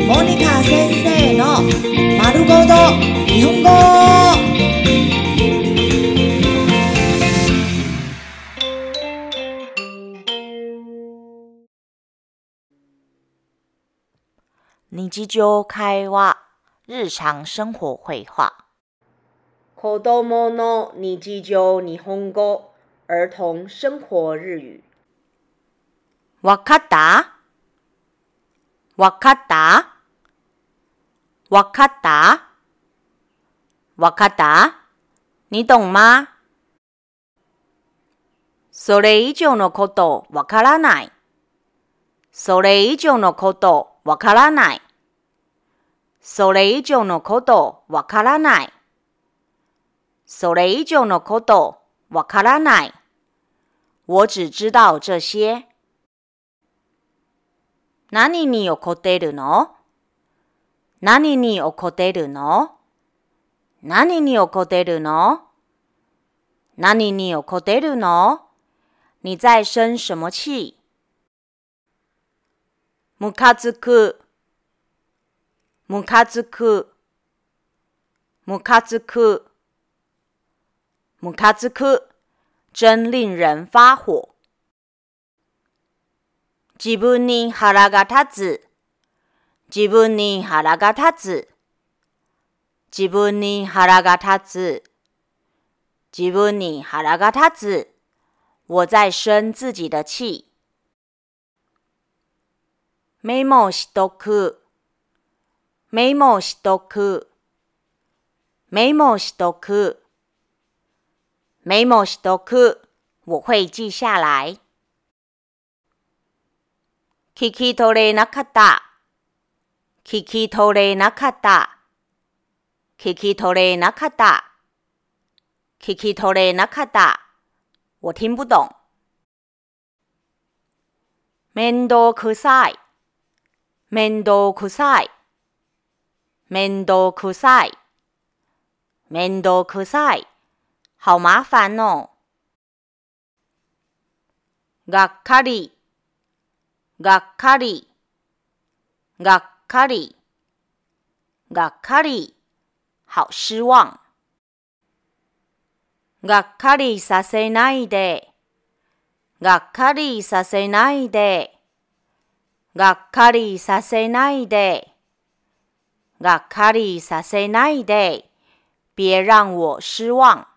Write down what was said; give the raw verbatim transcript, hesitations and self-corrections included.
モニカ先生の丸ごと日本語。日常会話、日常生活会話。子供の日常日本語、兒童生活日語。わかった？わかった？わかった？わかった？你懂嗎？それ以上のことわからない。それ以上のことわからない。それ以上のことわからない。それ以上のことわからない。我只知道這些。何に怒ってるの？何に怒ってるの？何に怒ってるの？何に怒ってるの？你在生什麼氣？ムカつく、ムカつく、ムカつく、ムカつく、真令人發火。自分に腹が立つ、自分に腹が立つ、自分に腹が立つ、自分に腹が立つ。我在生自己的氣。メモしとく、メモしとく、メモしとく、メモしとく。我會記下來。聞き取れなかった、聞き取れなかった、聞き取れなかった、聞き取れなかった。我聽不懂。面倒くさい、面倒くさい、面倒くさい、面倒くさい。好麻煩哦。がっかり、がっかり、がっかり、がっかり。好失望。がっかりさせないで、がっかりさせないで、がっかりさせないで、がっかりさせないで。別讓我失望。